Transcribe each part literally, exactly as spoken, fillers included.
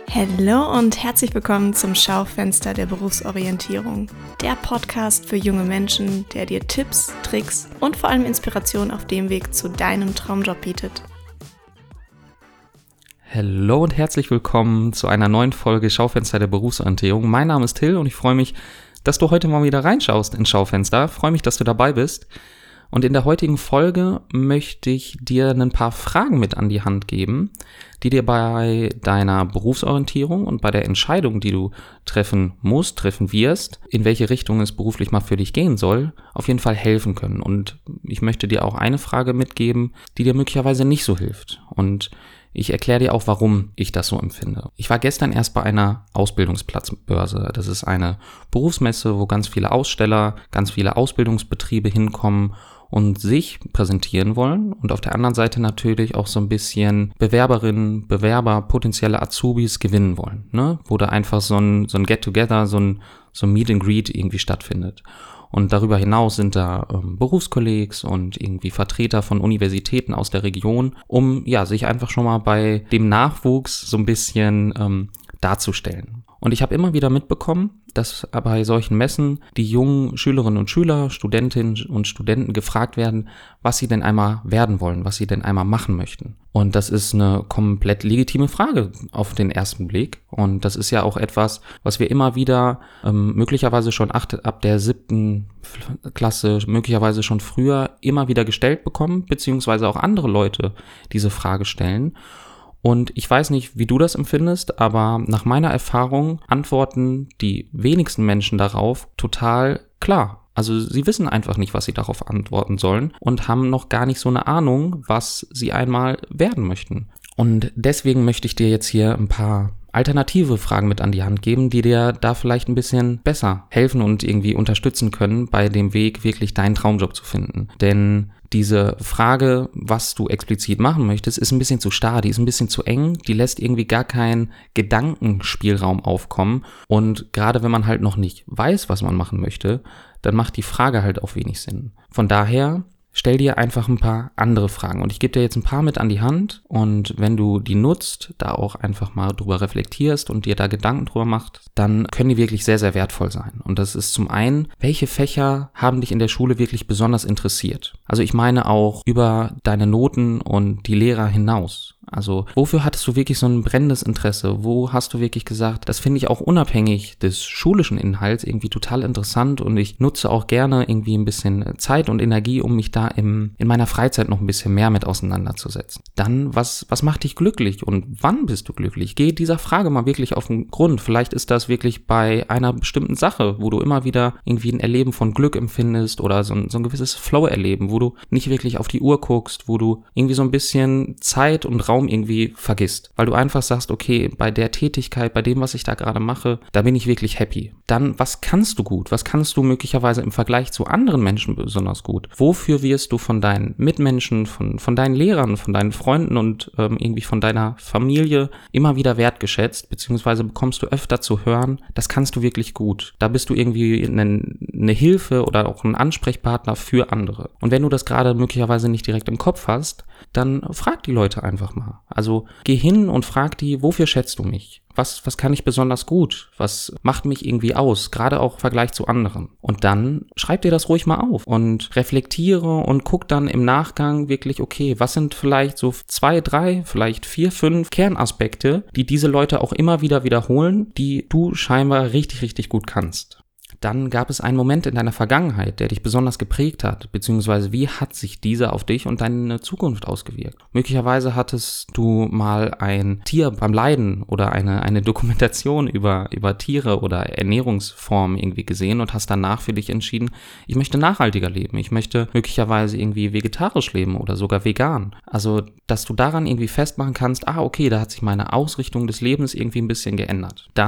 Hallo und herzlich willkommen zum Schaufenster der Berufsorientierung. Der Podcast für junge Menschen, der dir Tipps, Tricks und vor allem Inspiration auf dem Weg zu deinem Traumjob bietet. Hallo und herzlich willkommen zu einer neuen Folge Schaufenster der Berufsorientierung. Mein Name ist Till und ich freue mich, dass du heute mal wieder reinschaust ins Schaufenster. Ich freue mich, dass du dabei bist. Und in der heutigen Folge möchte ich dir ein paar Fragen mit an die Hand geben, die dir bei deiner Berufsorientierung und bei der Entscheidung, die du treffen musst, treffen wirst, in welche Richtung es beruflich mal für dich gehen soll, auf jeden Fall helfen können. Und ich möchte dir auch eine Frage mitgeben, die dir möglicherweise nicht so hilft. Und ich erkläre dir auch, warum ich das so empfinde. Ich war gestern erst bei einer Ausbildungsplatzbörse. Das ist eine Berufsmesse, wo ganz viele Aussteller, ganz viele Ausbildungsbetriebe hinkommen und sich präsentieren wollen und auf der anderen Seite natürlich auch so ein bisschen Bewerberinnen, Bewerber, potenzielle Azubis gewinnen wollen, ne? Wo da einfach so ein, so ein Get-Together, so ein, so ein Meet and Greet irgendwie stattfindet. Und darüber hinaus sind da ähm, Berufskollegs und irgendwie Vertreter von Universitäten aus der Region, um ja sich einfach schon mal bei dem Nachwuchs so ein bisschen ähm, darzustellen. Und ich habe immer wieder mitbekommen, dass bei solchen Messen die jungen Schülerinnen und Schüler, Studentinnen und Studenten gefragt werden, was sie denn einmal werden wollen, was sie denn einmal machen möchten. Und das ist eine komplett legitime Frage auf den ersten Blick. Und das ist ja auch etwas, was wir immer wieder ähm, möglicherweise schon acht, ab der siebten Klasse, möglicherweise schon früher immer wieder gestellt bekommen, beziehungsweise auch andere Leute diese Frage stellen. Und ich weiß nicht, wie du das empfindest, aber nach meiner Erfahrung antworten die wenigsten Menschen darauf total klar. Also sie wissen einfach nicht, was sie darauf antworten sollen und haben noch gar nicht so eine Ahnung, was sie einmal werden möchten. Und deswegen möchte ich dir jetzt hier ein paar alternative Fragen mit an die Hand geben, die dir da vielleicht ein bisschen besser helfen und irgendwie unterstützen können, bei dem Weg wirklich deinen Traumjob zu finden. Denn diese Frage, was du explizit machen möchtest, ist ein bisschen zu starr, die ist ein bisschen zu eng, die lässt irgendwie gar keinen Gedankenspielraum aufkommen. Und gerade wenn man halt noch nicht weiß, was man machen möchte, dann macht die Frage halt auch wenig Sinn. Von daher stell dir einfach ein paar andere Fragen und ich gebe dir jetzt ein paar mit an die Hand und wenn du die nutzt, da auch einfach mal drüber reflektierst und dir da Gedanken drüber machst, dann können die wirklich sehr, sehr wertvoll sein. Und das ist zum einen, welche Fächer haben dich in der Schule wirklich besonders interessiert? Also ich meine auch über deine Noten und die Lehrer hinaus. Also wofür hattest du wirklich so ein brennendes Interesse? Wo hast du wirklich gesagt, das finde ich auch unabhängig des schulischen Inhalts irgendwie total interessant und ich nutze auch gerne irgendwie ein bisschen Zeit und Energie, um mich da im, in meiner Freizeit noch ein bisschen mehr mit auseinanderzusetzen. Dann, was, was macht dich glücklich und wann bist du glücklich? Geh dieser Frage mal wirklich auf den Grund. Vielleicht ist das wirklich bei einer bestimmten Sache, wo du immer wieder irgendwie ein Erleben von Glück empfindest oder so ein, so ein gewisses Flow-Erleben, wo du nicht wirklich auf die Uhr guckst, wo du irgendwie so ein bisschen Zeit und Raum irgendwie vergisst, weil du einfach sagst, okay, bei der Tätigkeit, bei dem, was ich da gerade mache, da bin ich wirklich happy. Dann, was kannst du gut? Was kannst du möglicherweise im Vergleich zu anderen Menschen besonders gut? Wofür wirst du von deinen Mitmenschen, von, von deinen Lehrern, von deinen Freunden und ähm, irgendwie von deiner Familie immer wieder wertgeschätzt, beziehungsweise bekommst du öfter zu hören, das kannst du wirklich gut. Da bist du irgendwie eine, eine Hilfe oder auch ein Ansprechpartner für andere. Und wenn du das gerade möglicherweise nicht direkt im Kopf hast, dann frag die Leute einfach mal. Also geh hin und frag die, wofür schätzt du mich? Was, was kann ich besonders gut? Was macht mich irgendwie aus? Gerade auch im Vergleich zu anderen. Und dann schreib dir das ruhig mal auf und reflektiere und guck dann im Nachgang wirklich, okay, was sind vielleicht so zwei, drei, vielleicht vier, fünf Kernaspekte, die diese Leute auch immer wieder wiederholen, die du scheinbar richtig, richtig gut kannst. Dann gab es einen Moment in deiner Vergangenheit, der dich besonders geprägt hat, beziehungsweise wie hat sich dieser auf dich und deine Zukunft ausgewirkt? Möglicherweise hattest du mal ein Tier beim Leiden oder eine, eine Dokumentation über, über Tiere oder Ernährungsformen irgendwie gesehen und hast danach für dich entschieden, ich möchte nachhaltiger leben, ich möchte möglicherweise irgendwie vegetarisch leben oder sogar vegan. Also, dass du daran irgendwie festmachen kannst, ah, okay, da hat sich meine Ausrichtung des Lebens irgendwie ein bisschen geändert. Dann,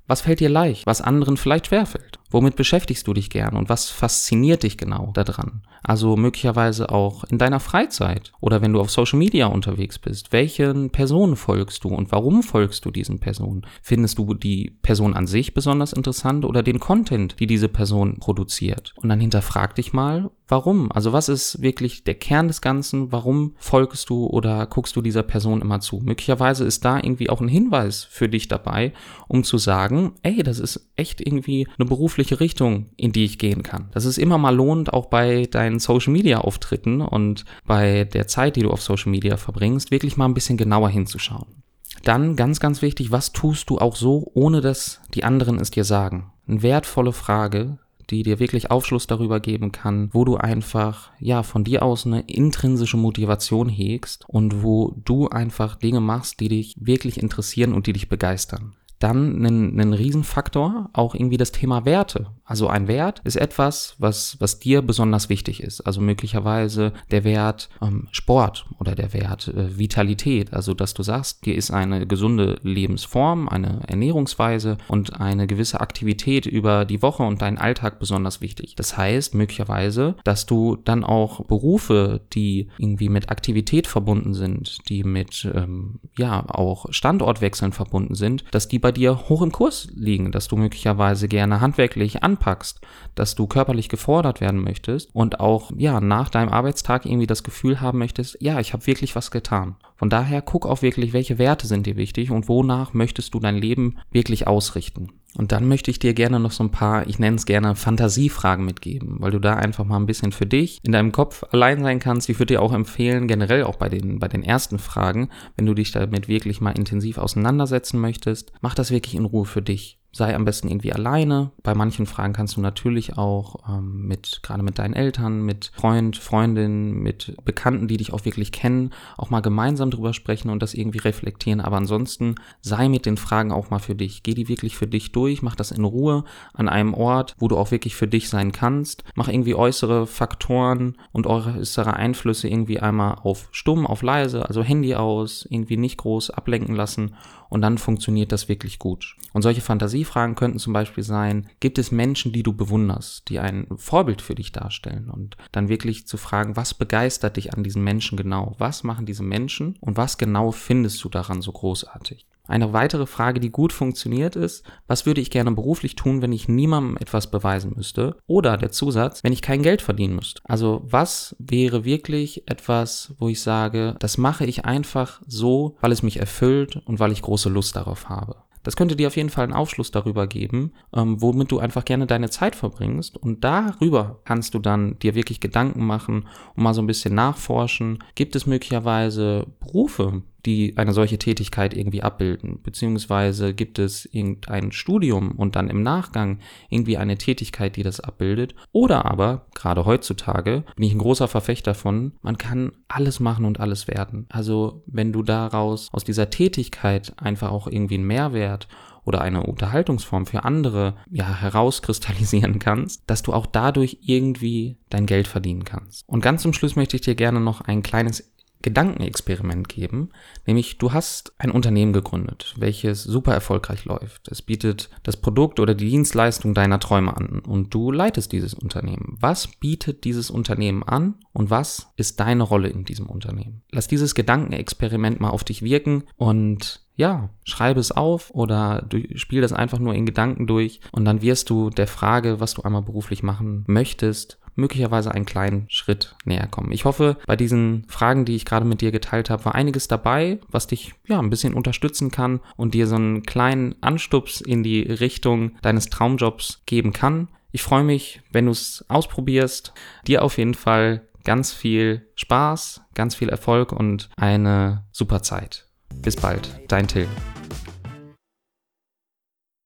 Was fällt dir leicht, was anderen vielleicht schwerfällt? Womit beschäftigst du dich gern und was fasziniert dich genau daran? Also möglicherweise auch in deiner Freizeit oder wenn du auf Social Media unterwegs bist. Welchen Personen folgst du und warum folgst du diesen Personen? Findest du die Person an sich besonders interessant oder den Content, die diese Person produziert? Und dann hinterfrag dich mal, warum? Also was ist wirklich der Kern des Ganzen? Warum folgst du oder guckst du dieser Person immer zu? Möglicherweise ist da irgendwie auch ein Hinweis für dich dabei, um zu sagen, ey, das ist echt irgendwie eine berufliche Richtung, in die ich gehen kann. Das ist immer mal lohnend, auch bei deinen Social-Media-Auftritten und bei der Zeit, die du auf Social Media verbringst, wirklich mal ein bisschen genauer hinzuschauen. Dann ganz, ganz wichtig, was tust du auch so, ohne dass die anderen es dir sagen? Eine wertvolle Frage, die dir wirklich Aufschluss darüber geben kann, wo du einfach, ja, von dir aus eine intrinsische Motivation hegst und wo du einfach Dinge machst, die dich wirklich interessieren und die dich begeistern. Dann ein, ein Riesenfaktor, auch irgendwie das Thema Werte. Also ein Wert ist etwas, was, was dir besonders wichtig ist. Also möglicherweise der Wert ähm, Sport oder der Wert äh, Vitalität. Also dass du sagst, dir ist eine gesunde Lebensform, eine Ernährungsweise und eine gewisse Aktivität über die Woche und deinen Alltag besonders wichtig. Das heißt möglicherweise, dass du dann auch Berufe, die irgendwie mit Aktivität verbunden sind, die mit ähm, ja auch Standortwechseln verbunden sind, dass die bei dir hoch im Kurs liegen, dass du möglicherweise gerne handwerklich anpackst, dass du körperlich gefordert werden möchtest und auch ja nach deinem Arbeitstag irgendwie das Gefühl haben möchtest, ja, ich habe wirklich was getan. Von daher guck auch wirklich, welche Werte sind dir wichtig und wonach möchtest du dein Leben wirklich ausrichten. Und dann möchte ich dir gerne noch so ein paar, ich nenne es gerne Fantasiefragen mitgeben, weil du da einfach mal ein bisschen für dich in deinem Kopf allein sein kannst. Ich würde dir auch empfehlen, generell auch bei den, bei den ersten Fragen, wenn du dich damit wirklich mal intensiv auseinandersetzen möchtest, mach das wirklich in Ruhe für dich. Sei am besten irgendwie alleine. Bei manchen Fragen kannst du natürlich auch ähm, mit, gerade mit deinen Eltern, mit Freund, Freundin, mit Bekannten, die dich auch wirklich kennen, auch mal gemeinsam drüber sprechen und das irgendwie reflektieren. Aber ansonsten sei mit den Fragen auch mal für dich. Geh die wirklich für dich durch, mach das in Ruhe an einem Ort, wo du auch wirklich für dich sein kannst. Mach irgendwie äußere Faktoren und äußere Einflüsse irgendwie einmal auf stumm, auf leise, also Handy aus, irgendwie nicht groß ablenken lassen und dann funktioniert das wirklich gut. Und solche Fantasiefragen könnten zum Beispiel sein, gibt es Menschen, die du bewunderst, die ein Vorbild für dich darstellen und dann wirklich zu fragen, was begeistert dich an diesen Menschen genau? Was machen diese Menschen und was genau findest du daran so großartig? Eine weitere Frage, die gut funktioniert, ist, was würde ich gerne beruflich tun, wenn ich niemandem etwas beweisen müsste? Oder der Zusatz, wenn ich kein Geld verdienen müsste. Also was wäre wirklich etwas, wo ich sage, das mache ich einfach so, weil es mich erfüllt und weil ich große Lust darauf habe. Das könnte dir auf jeden Fall einen Aufschluss darüber geben, ähm, womit du einfach gerne deine Zeit verbringst und darüber kannst du dann dir wirklich Gedanken machen und mal so ein bisschen nachforschen. Gibt es möglicherweise Berufe, die eine solche Tätigkeit irgendwie abbilden, beziehungsweise gibt es irgendein Studium und dann im Nachgang irgendwie eine Tätigkeit, die das abbildet, oder aber, gerade heutzutage, bin ich ein großer Verfechter davon, man kann alles machen und alles werden. Also wenn du daraus, aus dieser Tätigkeit einfach auch irgendwie einen Mehrwert oder eine Unterhaltungsform für andere ja herauskristallisieren kannst, dass du auch dadurch irgendwie dein Geld verdienen kannst. Und ganz zum Schluss möchte ich dir gerne noch ein kleines Gedankenexperiment geben, nämlich du hast ein Unternehmen gegründet, welches super erfolgreich läuft. Es bietet das Produkt oder die Dienstleistung deiner Träume an und du leitest dieses Unternehmen. Was bietet dieses Unternehmen an und was ist deine Rolle in diesem Unternehmen? Lass dieses Gedankenexperiment mal auf dich wirken und ja, schreibe es auf oder du spiel das einfach nur in Gedanken durch und dann wirst du der Frage, was du einmal beruflich machen möchtest, möglicherweise einen kleinen Schritt näher kommen. Ich hoffe, bei diesen Fragen, die ich gerade mit dir geteilt habe, war einiges dabei, was dich ja ein bisschen unterstützen kann und dir so einen kleinen Anstups in die Richtung deines Traumjobs geben kann. Ich freue mich, wenn du es ausprobierst. Dir auf jeden Fall ganz viel Spaß, ganz viel Erfolg und eine super Zeit. Bis bald, dein Till.